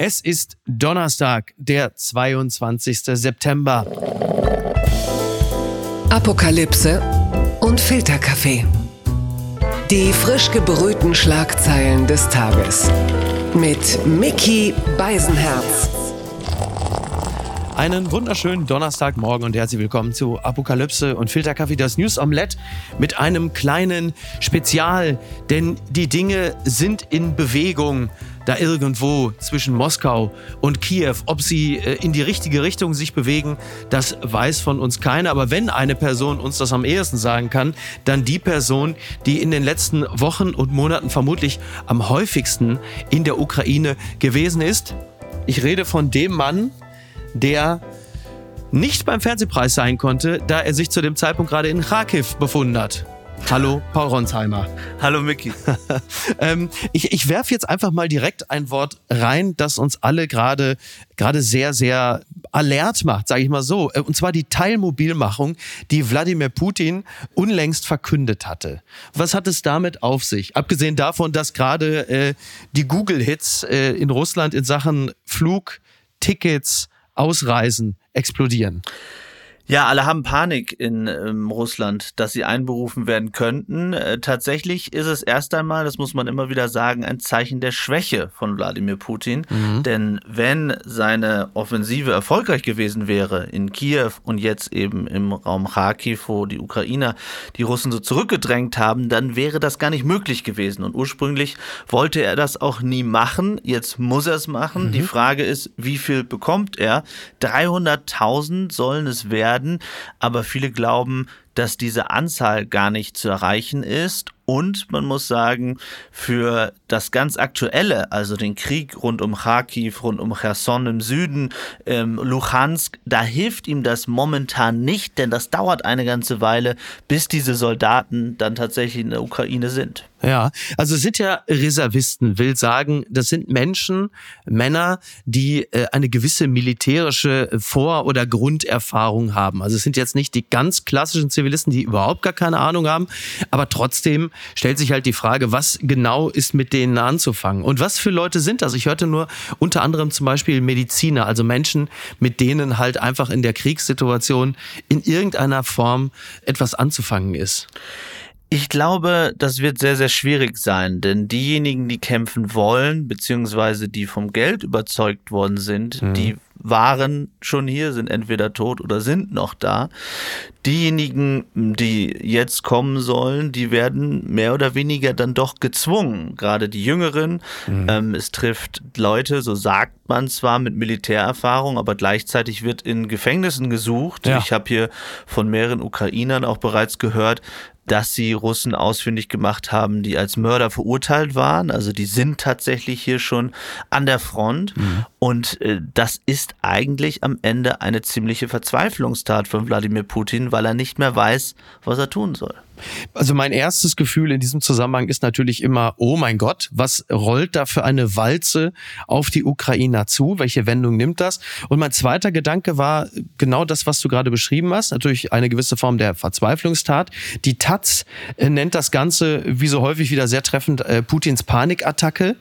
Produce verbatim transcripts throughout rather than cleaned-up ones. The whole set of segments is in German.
Es ist Donnerstag, der zweiundzwanzigster September. Apokalypse und Filterkaffee. Die frisch gebrühten Schlagzeilen des Tages. Mit Micky Beisenherz. Einen wunderschönen Donnerstagmorgen und herzlich willkommen zu Apokalypse und Filterkaffee, das News Omelette mit einem kleinen Spezial, denn die Dinge sind in Bewegung. Da irgendwo zwischen Moskau und Kiew. Ob sie äh, in die richtige Richtung sich bewegen, das weiß von uns keiner. Aber wenn eine Person uns das am ehesten sagen kann, dann die Person, die in den letzten Wochen und Monaten vermutlich am häufigsten in der Ukraine gewesen ist. Ich rede von dem Mann, der nicht beim Fernsehpreis sein konnte, da er sich zu dem Zeitpunkt gerade in Kharkiv befunden hat. Hallo, Paul Ronsheimer. Hallo, Micky. ähm, ich ich werfe jetzt einfach mal direkt ein Wort rein, das uns alle gerade gerade sehr, sehr alert macht, sage ich mal so. Und zwar die Teilmobilmachung, die Wladimir Putin unlängst verkündet hatte. Was hat es damit auf sich? Abgesehen davon, dass gerade äh, die Google-Hits äh, in Russland in Sachen Flugtickets, Ausreisen explodieren. Ja, alle haben Panik in ähm, Russland, dass sie einberufen werden könnten. Äh, tatsächlich ist es erst einmal, das muss man immer wieder sagen, ein Zeichen der Schwäche von Wladimir Putin. Mhm. Denn wenn seine Offensive erfolgreich gewesen wäre in Kiew und jetzt eben im Raum Kharkiv, wo die Ukrainer die Russen so zurückgedrängt haben, dann wäre das gar nicht möglich gewesen. Und ursprünglich wollte er das auch nie machen. Jetzt muss er es machen. Mhm. Die Frage ist, wie viel bekommt er? dreihunderttausend sollen es werden. Aber viele glauben, dass diese Anzahl gar nicht zu erreichen ist. Und man muss sagen, für das ganz Aktuelle, also den Krieg rund um Kharkiv, rund um Cherson im Süden, ähm, Luhansk, da hilft ihm das momentan nicht, denn das dauert eine ganze Weile, bis diese Soldaten dann tatsächlich in der Ukraine sind. Ja, also es sind ja Reservisten, will sagen, das sind Menschen, Männer, die äh, eine gewisse militärische Vor- oder Grunderfahrung haben. Also es sind jetzt nicht die ganz klassischen Zivilisten, die überhaupt gar keine Ahnung haben, aber trotzdem stellt sich halt die Frage, was genau ist mit denen anzufangen? Und was für Leute sind das? Ich hörte nur unter anderem zum Beispiel Mediziner, also Menschen, mit denen halt einfach in der Kriegssituation in irgendeiner Form etwas anzufangen ist. Ich glaube, das wird sehr, sehr schwierig sein, denn diejenigen, die kämpfen wollen, beziehungsweise die vom Geld überzeugt worden sind, mhm. die waren schon hier, sind entweder tot oder sind noch da. Diejenigen, die jetzt kommen sollen, die werden mehr oder weniger dann doch gezwungen. Gerade die Jüngeren. Mhm. Ähm, es trifft Leute, so sagt man zwar, mit Militärerfahrung, aber gleichzeitig wird in Gefängnissen gesucht. Ja. Ich habe hier von mehreren Ukrainern auch bereits gehört, dass sie Russen ausfindig gemacht haben, die als Mörder verurteilt waren. Also die sind tatsächlich hier schon an der Front. Mhm. Und äh, das ist eigentlich am Ende eine ziemliche Verzweiflungstat von Wladimir Putin, weil er nicht mehr weiß, was er tun soll. Also mein erstes Gefühl in diesem Zusammenhang ist natürlich immer, oh mein Gott, was rollt da für eine Walze auf die Ukrainer zu? Welche Wendung nimmt das? Und mein zweiter Gedanke war genau das, was du gerade beschrieben hast. Natürlich eine gewisse Form der Verzweiflungstat. Die Taz nennt das Ganze, wie so häufig wieder sehr treffend, Putins Panikattacke.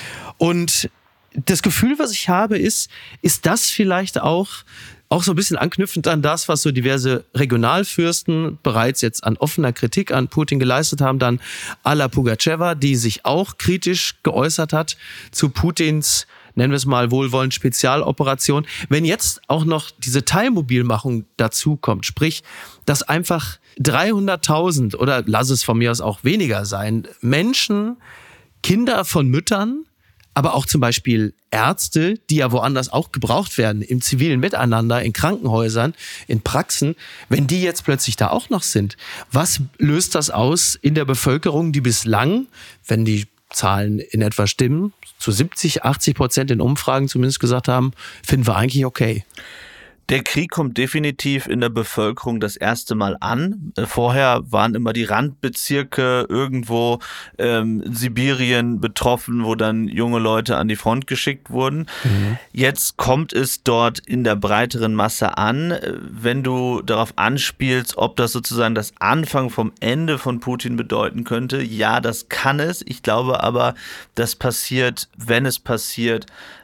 Und das Gefühl, was ich habe, ist, ist das vielleicht auch Auch so ein bisschen anknüpfend an das, was so diverse Regionalfürsten bereits jetzt an offener Kritik an Putin geleistet haben, dann Alla Pugachewa, die sich auch kritisch geäußert hat zu Putins, nennen wir es mal wohlwollend, Spezialoperation. Wenn jetzt auch noch diese Teilmobilmachung dazu kommt, sprich, dass einfach dreihunderttausend oder lass es von mir aus auch weniger sein, Menschen, Kinder von Müttern, aber auch zum Beispiel Ärzte, die ja woanders auch gebraucht werden, im zivilen Miteinander, in Krankenhäusern, in Praxen, wenn die jetzt plötzlich da auch noch sind, was löst das aus in der Bevölkerung, die bislang, wenn die Zahlen in etwa stimmen, zu siebzig, achtzig Prozent in Umfragen zumindest gesagt haben, finden wir eigentlich okay? Der Krieg kommt definitiv in der Bevölkerung das erste Mal an. Vorher waren immer die Randbezirke irgendwo ähm, in Sibirien betroffen, wo dann junge Leute an die Front geschickt wurden. Mhm. Jetzt kommt es dort in der breiteren Masse an. Wenn du darauf anspielst, ob das sozusagen das Anfang vom Ende von Putin bedeuten könnte, ja, das kann es. Ich glaube aber, das passiert, wenn es passiert,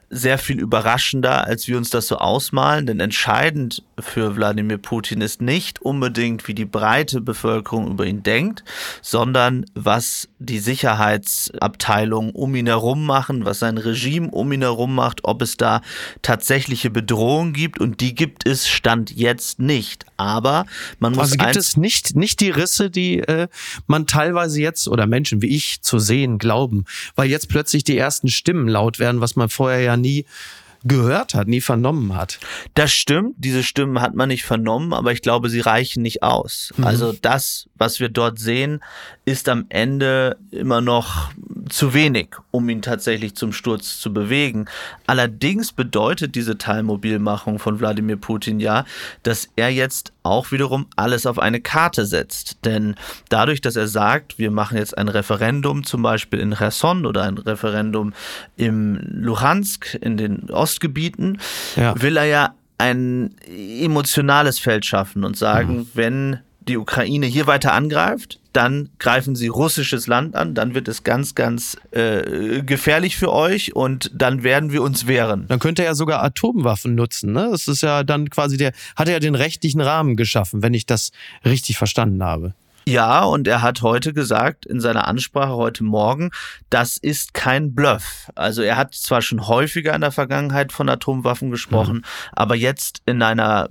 sehr viel überraschender, als wir uns das so ausmalen. Denn entscheidend für Wladimir Putin ist nicht unbedingt, wie die breite Bevölkerung über ihn denkt, sondern was die Sicherheitsabteilungen um ihn herum machen, was sein Regime um ihn herum macht, ob es da tatsächliche Bedrohungen gibt. Und die gibt es Stand jetzt nicht. Aber man muss Also gibt es nicht, nicht die Risse, die äh, man teilweise jetzt oder Menschen wie ich zu sehen glauben, weil jetzt plötzlich die ersten Stimmen laut werden, was man vorher ja nie gehört hat, nie vernommen hat. Das stimmt, diese Stimmen hat man nicht vernommen, aber ich glaube, sie reichen nicht aus. Mhm. Also das, was wir dort sehen, ist am Ende immer noch zu wenig, um ihn tatsächlich zum Sturz zu bewegen. Allerdings bedeutet diese Teilmobilmachung von Wladimir Putin ja, dass er jetzt auch wiederum alles auf eine Karte setzt. Denn dadurch, dass er sagt, wir machen jetzt ein Referendum zum Beispiel in Cherson oder ein Referendum im Luhansk, in den Ostgebieten, ja. will er ja ein emotionales Feld schaffen und sagen, mhm. wenn die Ukraine hier weiter angreift, dann greifen sie russisches Land an, dann wird es ganz, ganz äh, gefährlich für euch und dann werden wir uns wehren. Dann könnte er ja sogar Atomwaffen nutzen, ne? Das ist ja dann quasi der, hat er ja den rechtlichen Rahmen geschaffen, wenn ich das richtig verstanden habe. Ja, und er hat heute gesagt, in seiner Ansprache heute Morgen, das ist kein Bluff. Also er hat zwar schon häufiger in der Vergangenheit von Atomwaffen gesprochen, mhm. aber jetzt in einer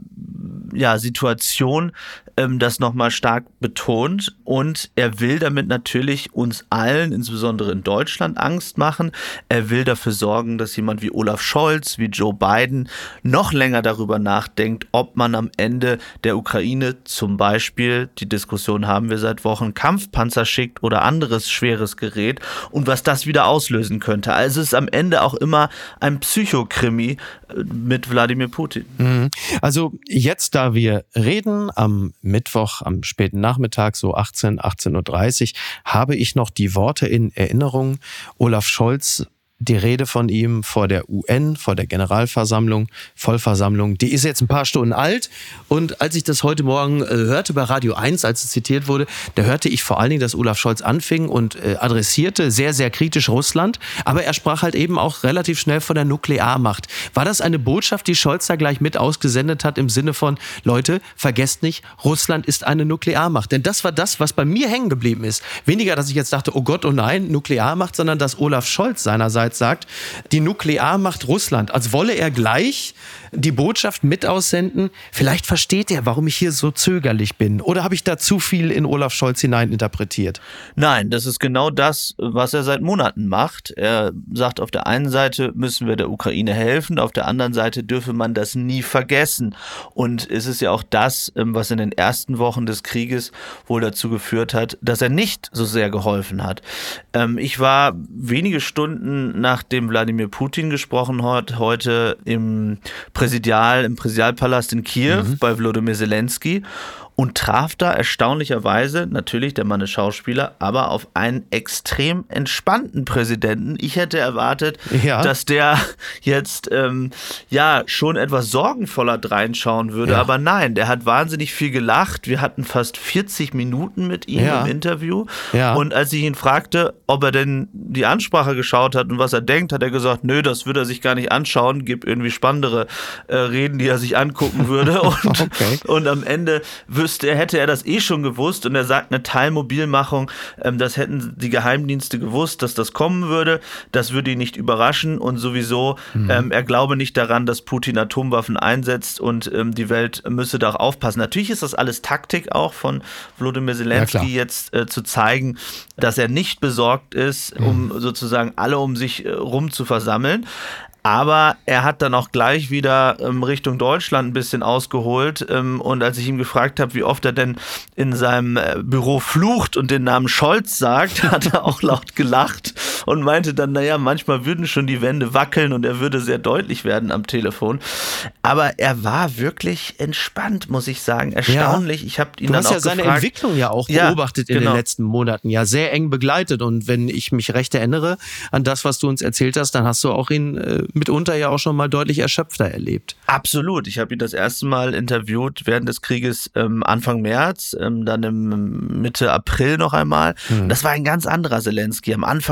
ja, Situation ähm, das nochmal stark betont und er will damit natürlich uns allen, insbesondere in Deutschland, Angst machen. Er will dafür sorgen, dass jemand wie Olaf Scholz, wie Joe Biden noch länger darüber nachdenkt, ob man am Ende der Ukraine zum Beispiel, die Diskussion haben wir seit Wochen, Kampfpanzer schickt oder anderes schweres Gerät und was das wieder auslösen könnte. Also es ist am Ende auch immer ein Psychokrimi mit Wladimir Putin. Also jetzt, da wir reden, am Mittwoch, am späten Nachmittag, so achtzehn, achtzehn Uhr dreißig, habe ich noch die Worte in Erinnerung. Olaf Scholz, die Rede von ihm vor der U N, vor der Generalversammlung, Vollversammlung, die ist jetzt ein paar Stunden alt. Und als ich das heute Morgen äh, hörte bei Radio eins, als es zitiert wurde, da hörte ich vor allen Dingen, dass Olaf Scholz anfing und äh, adressierte sehr, sehr kritisch Russland. Aber er sprach halt eben auch relativ schnell von der Nuklearmacht. War das eine Botschaft, die Scholz da gleich mit ausgesendet hat im Sinne von, Leute, vergesst nicht, Russland ist eine Nuklearmacht? Denn das war das, was bei mir hängen geblieben ist. Weniger, dass ich jetzt dachte, oh Gott, oh nein, Nuklearmacht, sondern dass Olaf Scholz seinerseits sagt, die Nuklearmacht Russland, als wolle er gleich die Botschaft mit aussenden. Vielleicht versteht er, warum ich hier so zögerlich bin. Oder habe ich da zu viel in Olaf Scholz hineininterpretiert? Nein, das ist genau das, was er seit Monaten macht. Er sagt, auf der einen Seite müssen wir der Ukraine helfen, auf der anderen Seite dürfe man das nie vergessen. Und es ist ja auch das, was in den ersten Wochen des Krieges wohl dazu geführt hat, dass er nicht so sehr geholfen hat. Ich war wenige Stunden nachdem Wladimir Putin gesprochen hat, heute im Präsidial, im Präsidialpalast in Kiew mhm. bei Volodymyr Zelensky und traf da erstaunlicherweise, natürlich, der Mann ist Schauspieler, aber auf einen extrem entspannten Präsidenten. Ich hätte erwartet, ja. dass der jetzt ähm, ja schon etwas sorgenvoller dreinschauen würde, ja. aber nein, der hat wahnsinnig viel gelacht. Wir hatten fast vierzig Minuten mit ihm ja. im Interview ja. und als ich ihn fragte, ob er denn die Ansprache geschaut hat und was er denkt, hat er gesagt, nö, das würde er sich gar nicht anschauen, gibt irgendwie spannendere äh, Reden, die er sich angucken würde und, okay. und am Ende wüsste hätte er das eh schon gewusst und er sagt, eine Teilmobilmachung, ähm, das hätten die Geheimdienste gewusst, dass das kommen würde, das würde ihn nicht überraschen und sowieso, mhm. ähm, er glaube nicht daran, dass Putin Atomwaffen einsetzt und ähm, die Welt müsse da auch aufpassen. Natürlich ist das alles Taktik auch von Volodymyr Zelensky ja, jetzt äh, zu zeigen, dass er nicht besorgt ist, um mhm. sozusagen alle um sich äh, rum zu versammeln. Aber er hat dann auch gleich wieder ähm, Richtung Deutschland ein bisschen ausgeholt. Ähm, und als ich ihn gefragt habe, wie oft er denn in seinem äh, Büro flucht und den Namen Scholz sagt, hat er auch laut gelacht und meinte dann, naja, manchmal würden schon die Wände wackeln und er würde sehr deutlich werden am Telefon. Aber er war wirklich entspannt, muss ich sagen. Erstaunlich. Ja. Ich habe ihn du dann hast auch ja seine gefragt, Entwicklung ja auch beobachtet ja, in genau. den letzten Monaten. Ja, sehr eng begleitet. Und wenn ich mich recht erinnere an das, was du uns erzählt hast, dann hast du auch ihn äh, mitunter ja auch schon mal deutlich erschöpfter erlebt. Absolut. Ich habe ihn das erste Mal interviewt während des Krieges ähm, Anfang März, ähm, dann im Mitte April noch einmal. Hm. Das war ein ganz anderer Zelensky. Am Anfang der Zelensky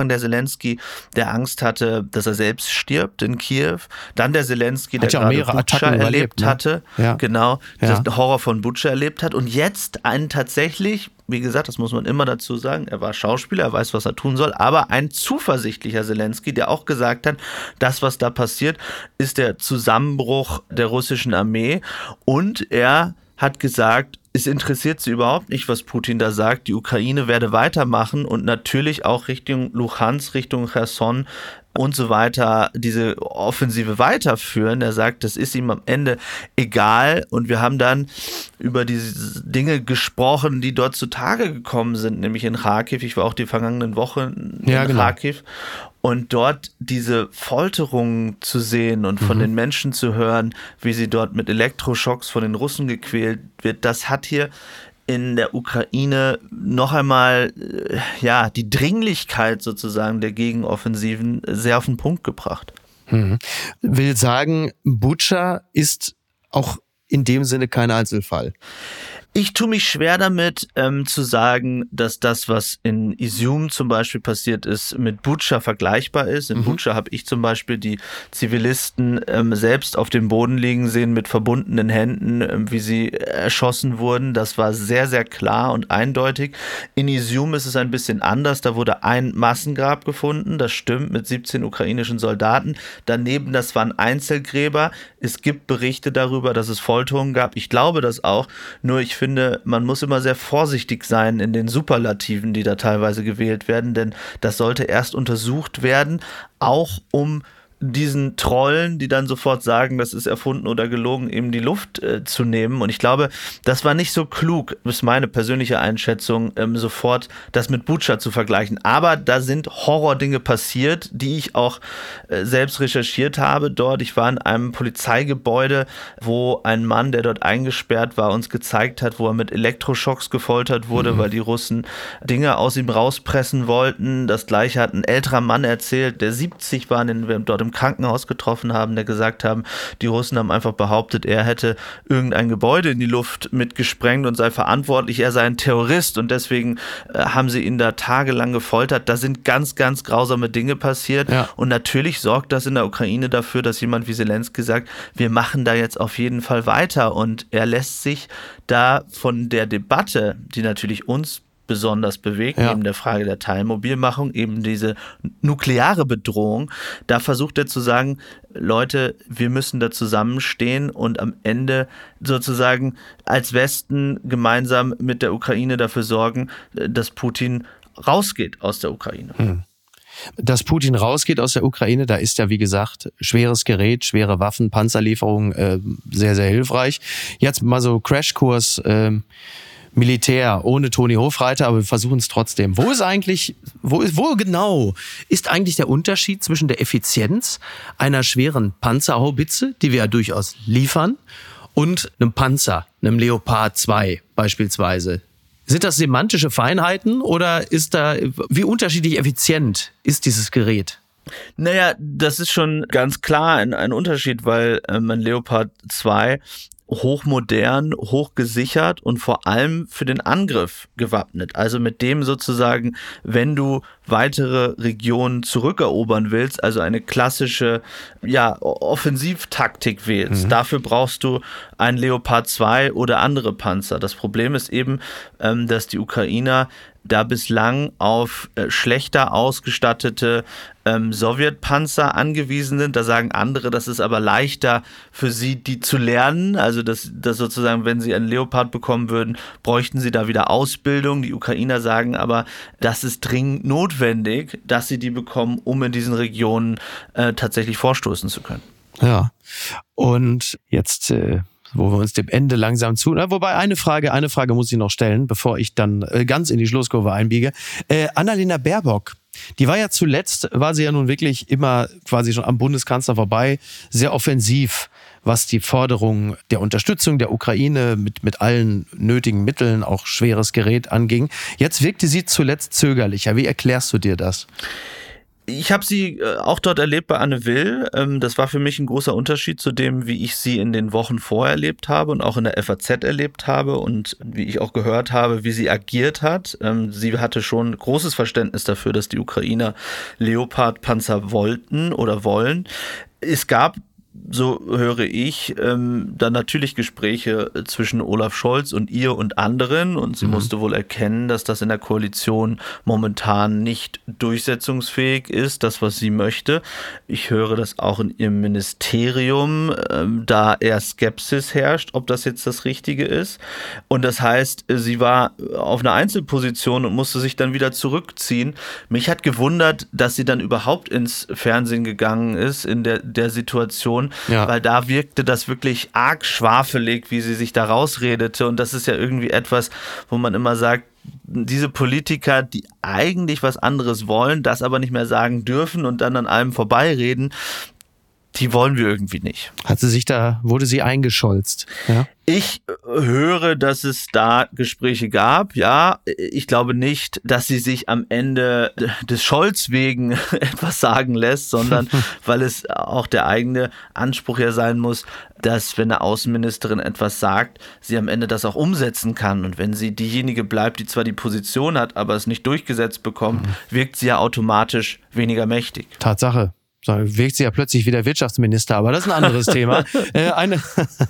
Zelensky, der Angst hatte, dass er selbst stirbt in Kiew. Dann der Zelensky, der gerade Butscha erlebt ne? hatte. Ja. Genau, ja. Das Horror von Butscha erlebt hat. Und jetzt einen tatsächlich, wie gesagt, das muss man immer dazu sagen, er war Schauspieler, er weiß, was er tun soll, aber ein zuversichtlicher Zelensky, der auch gesagt hat, das, was da passiert, ist der Zusammenbruch der russischen Armee. Und er hat gesagt, es interessiert sie überhaupt nicht, was Putin da sagt. Die Ukraine werde weitermachen und natürlich auch Richtung Luhansk, Richtung Cherson und so weiter diese Offensive weiterführen. Er sagt, das ist ihm am Ende egal. Und wir haben dann über diese Dinge gesprochen, die dort zutage gekommen sind, nämlich in Kharkiv. Ich war auch die vergangenen Wochen in ja, genau. Kharkiv. Und dort diese Folterungen zu sehen und von mhm. den Menschen zu hören, wie sie dort mit Elektroschocks von den Russen gequält wird, das hat hier in der Ukraine noch einmal ja, die Dringlichkeit sozusagen der Gegenoffensiven sehr auf den Punkt gebracht. Mhm. Will sagen, Butscha ist auch in dem Sinne kein Einzelfall. Ich tue mich schwer damit, ähm, zu sagen, dass das, was in Izium zum Beispiel passiert ist, mit Butscha vergleichbar ist. In mhm. Butscha habe ich zum Beispiel die Zivilisten ähm, selbst auf dem Boden liegen sehen mit verbundenen Händen, ähm, wie sie erschossen wurden. Das war sehr, sehr klar und eindeutig. In Izium ist es ein bisschen anders. Da wurde ein Massengrab gefunden, das stimmt, mit siebzehn ukrainischen Soldaten. Daneben, das waren Einzelgräber. Es gibt Berichte darüber, dass es Folterungen gab. Ich glaube das auch, nur ich finde, man muss immer sehr vorsichtig sein in den Superlativen, die da teilweise gewählt werden, denn das sollte erst untersucht werden, auch um diesen Trollen, die dann sofort sagen, das ist erfunden oder gelogen, eben die Luft äh, zu nehmen. Und ich glaube, das war nicht so klug, ist meine persönliche Einschätzung, ähm, sofort das mit Butscha zu vergleichen. Aber da sind Horrordinge passiert, die ich auch äh, selbst recherchiert habe dort. Ich war in einem Polizeigebäude, wo ein Mann, der dort eingesperrt war, uns gezeigt hat, wo er mit Elektroschocks gefoltert wurde, mhm. weil die Russen Dinge aus ihm rauspressen wollten. Das Gleiche hat ein älterer Mann erzählt, der siebzig war, den wir dort im Krankenhaus getroffen haben, der gesagt haben, die Russen haben einfach behauptet, er hätte irgendein Gebäude in die Luft mitgesprengt und sei verantwortlich, er sei ein Terrorist und deswegen äh, haben sie ihn da tagelang gefoltert. Da sind ganz, ganz grausame Dinge passiert ja. und natürlich sorgt das in der Ukraine dafür, dass jemand wie Zelensky sagt, wir machen da jetzt auf jeden Fall weiter und er lässt sich da von der Debatte, die natürlich uns besonders bewegt, ja. neben der Frage der Teilmobilmachung, eben diese nukleare Bedrohung. Da versucht er zu sagen, Leute, wir müssen da zusammenstehen und am Ende sozusagen als Westen gemeinsam mit der Ukraine dafür sorgen, dass Putin rausgeht aus der Ukraine. Hm. Dass Putin rausgeht aus der Ukraine, da ist ja, wie gesagt, schweres Gerät, schwere Waffen, Panzerlieferungen äh, sehr, sehr hilfreich. Jetzt mal so Crashkurs äh, Militär ohne Toni Hofreiter, aber wir versuchen es trotzdem. Wo ist eigentlich, wo ist, wo genau ist eigentlich der Unterschied zwischen der Effizienz einer schweren Panzerhaubitze, die wir ja durchaus liefern, und einem Panzer, einem Leopard zwei beispielsweise? Sind das semantische Feinheiten oder ist da, wie unterschiedlich effizient ist dieses Gerät? Naja, das ist schon ganz klar ein, ein Unterschied, weil ähm, ein Leopard zwei hochmodern, hochgesichert und vor allem für den Angriff gewappnet. Also mit dem sozusagen, wenn du weitere Regionen zurückerobern willst, also eine klassische ja, Offensivtaktik wählst, mhm. dafür brauchst du ein Leopard zwei oder andere Panzer. Das Problem ist eben, ähm, dass die Ukrainer da bislang auf äh, schlechter ausgestattete ähm, Sowjetpanzer angewiesen sind. Da sagen andere, das ist aber leichter für sie, die zu lernen. Also dass, dass sozusagen, wenn sie einen Leopard bekommen würden, bräuchten sie da wieder Ausbildung. Die Ukrainer sagen aber, das ist dringend notwendig, dass sie die bekommen, um in diesen Regionen äh, tatsächlich vorstoßen zu können. Ja, und jetzt... Äh wo wir uns dem Ende langsam zu... Na, wobei, eine Frage, eine Frage muss ich noch stellen, bevor ich dann äh, ganz in die Schlusskurve einbiege. Äh, Annalena Baerbock, die war ja zuletzt, war sie ja nun wirklich immer quasi schon am Bundeskanzler vorbei, sehr offensiv, was die Forderung der Unterstützung der Ukraine mit, mit allen nötigen Mitteln, auch schweres Gerät anging. Jetzt wirkte sie zuletzt zögerlicher. Wie erklärst du dir das? Ich habe sie äh, auch dort erlebt bei Anne Will. Ähm, das war für mich ein großer Unterschied zu dem, wie ich sie in den Wochen vorher erlebt habe und auch in der F A Z erlebt habe und wie ich auch gehört habe, wie sie agiert hat. Ähm, sie hatte schon großes Verständnis dafür, dass die Ukrainer Leopard-Panzer wollten oder wollen. Es gab, so höre ich, ähm, dann natürlich Gespräche zwischen Olaf Scholz und ihr und anderen und sie mhm. musste wohl erkennen, dass das in der Koalition momentan nicht durchsetzungsfähig ist, das, was sie möchte. Ich höre das auch in ihrem Ministerium, ähm, da eher Skepsis herrscht, ob das jetzt das Richtige ist. Und das heißt, sie war auf einer Einzelposition und musste sich dann wieder zurückziehen. Mich hat gewundert, dass sie dann überhaupt ins Fernsehen gegangen ist in der, der Situation, ja. weil da wirkte das wirklich arg schwafelig, wie sie sich da rausredete. Und das ist ja irgendwie etwas, wo man immer sagt, diese Politiker, die eigentlich was anderes wollen, das aber nicht mehr sagen dürfen und dann an allem vorbeireden, die wollen wir irgendwie nicht. Hat sie sich da, wurde sie eingescholzt? Ja? Ich höre, dass es da Gespräche gab, ja. Ich glaube nicht, dass sie sich am Ende des Scholz wegen etwas sagen lässt, sondern weil es auch der eigene Anspruch ja sein muss, dass, wenn eine Außenministerin etwas sagt, sie am Ende das auch umsetzen kann. Und wenn sie diejenige bleibt, die zwar die Position hat, aber es nicht durchgesetzt bekommt, mhm. wirkt sie ja automatisch weniger mächtig. Tatsache. Wirkt sie ja plötzlich wie der Wirtschaftsminister, aber das ist ein anderes Thema. Äh, eine,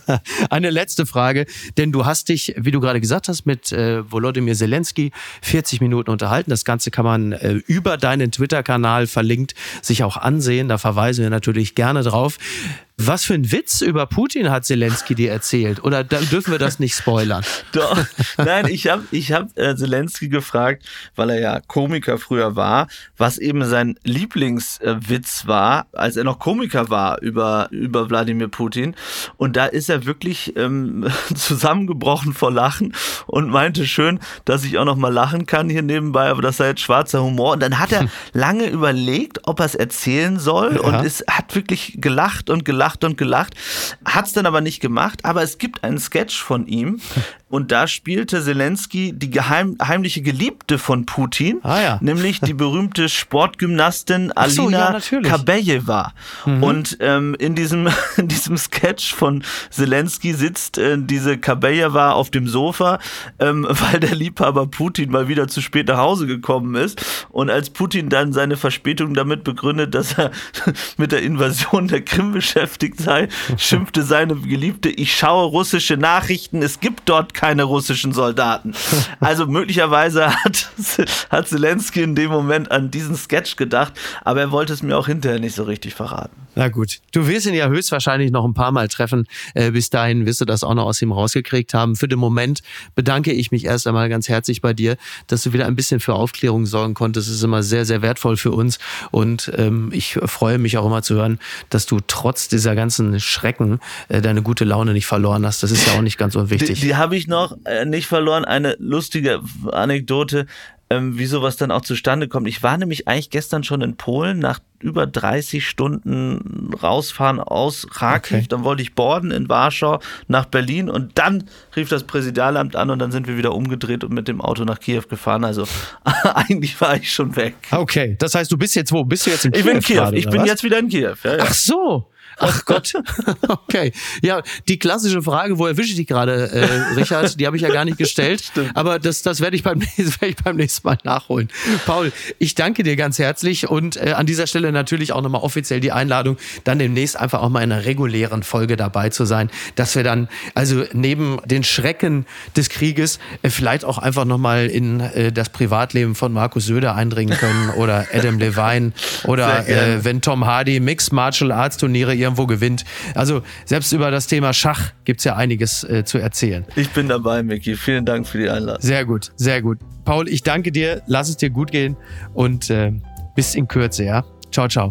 eine letzte Frage, denn du hast dich, wie du gerade gesagt hast, mit äh, Volodymyr Zelensky vierzig Minuten unterhalten. Das Ganze kann man äh, über deinen Twitter-Kanal verlinkt sich auch ansehen. Da verweisen wir natürlich gerne drauf. Was für ein Witz über Putin hat Zelensky dir erzählt? Oder dürfen wir das nicht spoilern? Doch, nein, ich habe ich hab, äh, Zelensky gefragt, weil er ja Komiker früher war, was eben sein Lieblingswitz äh, war, als er noch Komiker war über, über Wladimir Putin. Und da ist er wirklich ähm, zusammengebrochen vor Lachen und meinte schön, dass ich auch noch mal lachen kann hier nebenbei, aber das sei jetzt schwarzer Humor. Und dann hat er lange überlegt, ob er es erzählen soll, ja. und es hat wirklich gelacht und gelacht und gelacht, hat es dann aber nicht gemacht, aber es gibt einen Sketch von ihm und da spielte Zelensky die geheim, heimliche Geliebte von Putin, ah, ja. nämlich die berühmte Sportgymnastin Alina so, ja, Kabejeva. Mhm. Und ähm, in, diesem, in diesem Sketch von Zelensky sitzt äh, diese Kabejeva auf dem Sofa, ähm, weil der Liebhaber Putin mal wieder zu spät nach Hause gekommen ist und als Putin dann seine Verspätung damit begründet, dass er mit der Invasion der Krim beschäftigt sei, schimpfte seine Geliebte, ich schaue russische Nachrichten, es gibt dort keine russischen Soldaten. Also möglicherweise hat, hat Zelensky in dem Moment an diesen Sketch gedacht, aber er wollte es mir auch hinterher nicht so richtig verraten. Na gut, du wirst ihn ja höchstwahrscheinlich noch ein paar Mal treffen. Äh, bis dahin wirst du das auch noch aus ihm rausgekriegt haben. Für den Moment bedanke ich mich erst einmal ganz herzlich bei dir, dass du wieder ein bisschen für Aufklärung sorgen konntest. Das ist immer sehr, sehr wertvoll für uns und ähm, ich freue mich auch immer zu hören, dass du trotz dieser ganzen Schrecken äh, deine gute Laune nicht verloren hast. Das ist ja auch nicht ganz unwichtig. Die, die habe ich noch äh, nicht verloren. Eine lustige Anekdote, ähm, wie sowas dann auch zustande kommt. Ich war nämlich eigentlich gestern schon in Polen nach über dreißig Stunden rausfahren aus Kharkiv. Okay. Dann wollte ich boarden in Warschau nach Berlin und dann rief das Präsidialamt an und dann sind wir wieder umgedreht und mit dem Auto nach Kiew gefahren. Also eigentlich war ich schon weg. Okay, das heißt, du bist jetzt wo? Bist du jetzt in Kiew? Ich bin in Kiew. Gerade, ich bin was? jetzt wieder in Kiew. Ja, ja. Ach so. Ach Gott. Okay. Ja, die klassische Frage, wo erwische ich dich gerade, äh, Richard, die habe ich ja gar nicht gestellt. Stimmt. Aber das, das werde ich, beim, werd ich beim nächsten Mal nachholen. Paul, ich danke dir ganz herzlich und äh, an dieser Stelle natürlich auch nochmal offiziell die Einladung, dann demnächst einfach auch mal in einer regulären Folge dabei zu sein, dass wir dann also neben den Schrecken des Krieges äh, vielleicht auch einfach nochmal in äh, das Privatleben von Markus Söder eindringen können oder Adam Levine oder äh, wenn Tom Hardy Mixed Martial Arts Turniere irgendwo gewinnt. Also selbst über das Thema Schach gibt es ja einiges äh, zu erzählen. Ich bin dabei, Micky. Vielen Dank für die Einladung. Sehr gut, sehr gut. Paul, ich danke dir. Lass es dir gut gehen und äh, bis in Kürze, ja? Ciao, ciao.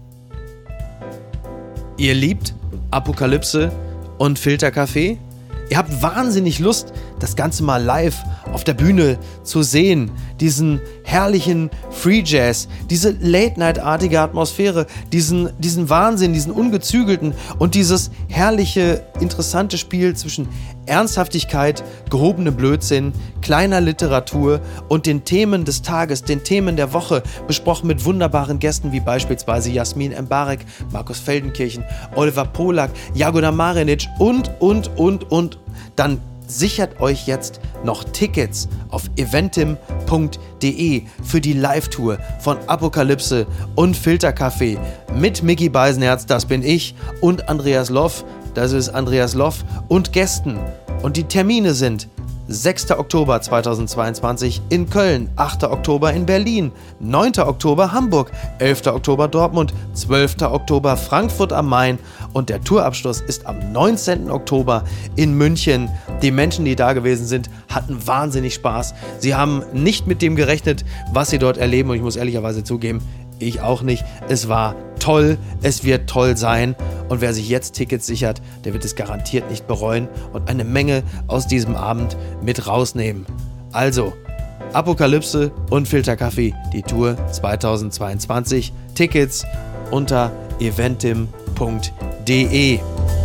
Ihr liebt Apokalypse und Filterkaffee? Ihr habt wahnsinnig Lust, das Ganze mal live auf der Bühne zu sehen, diesen herrlichen Free Jazz, diese Late-Night-artige Atmosphäre, diesen, diesen Wahnsinn, diesen ungezügelten und dieses herrliche, interessante Spiel zwischen Ernsthaftigkeit, gehobenem Blödsinn, kleiner Literatur und den Themen des Tages, den Themen der Woche, besprochen mit wunderbaren Gästen wie beispielsweise Jasmin Embarek, Markus Feldenkirchen, Oliver Polak, Jagoda Marinic und, und, und, und. Dann sichert euch jetzt noch Tickets auf eventim punkt de für die Live-Tour von Apokalypse und Filterkaffee mit Micky Beisenherz, das bin ich, und Andreas Loff, das ist Andreas Loff, und Gästen. Und die Termine sind sechster Oktober zweitausendzweiundzwanzig in Köln, achter Oktober in Berlin, neunter Oktober Hamburg, elfter Oktober Dortmund, zwölfter Oktober Frankfurt am Main und der Tourabschluss ist am neunzehnten Oktober in München. Die Menschen, die da gewesen sind, hatten wahnsinnig Spaß. Sie haben nicht mit dem gerechnet, was sie dort erleben, und ich muss ehrlicherweise zugeben, ich auch nicht. Es war toll, es wird toll sein, und wer sich jetzt Tickets sichert, der wird es garantiert nicht bereuen und eine Menge aus diesem Abend mit rausnehmen. Also, Apokalypse und Filterkaffee, die Tour zweitausendzweiundzwanzig. Tickets unter eventim punkt de.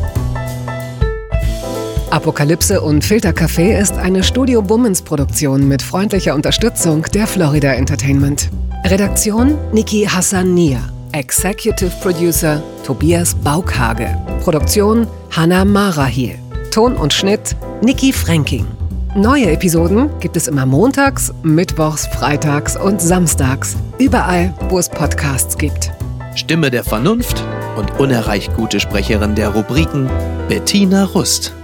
Apokalypse und Filterkaffee ist eine Studio Bummens Produktion mit freundlicher Unterstützung der Florida Entertainment. Redaktion Niki Hassania. Executive Producer Tobias Baukhage. Produktion Hannah Marahiel. Ton und Schnitt Niki Fränking. Neue Episoden gibt es immer montags, mittwochs, freitags und samstags. Überall, wo es Podcasts gibt. Stimme der Vernunft und unerreicht gute Sprecherin der Rubriken Bettina Rust.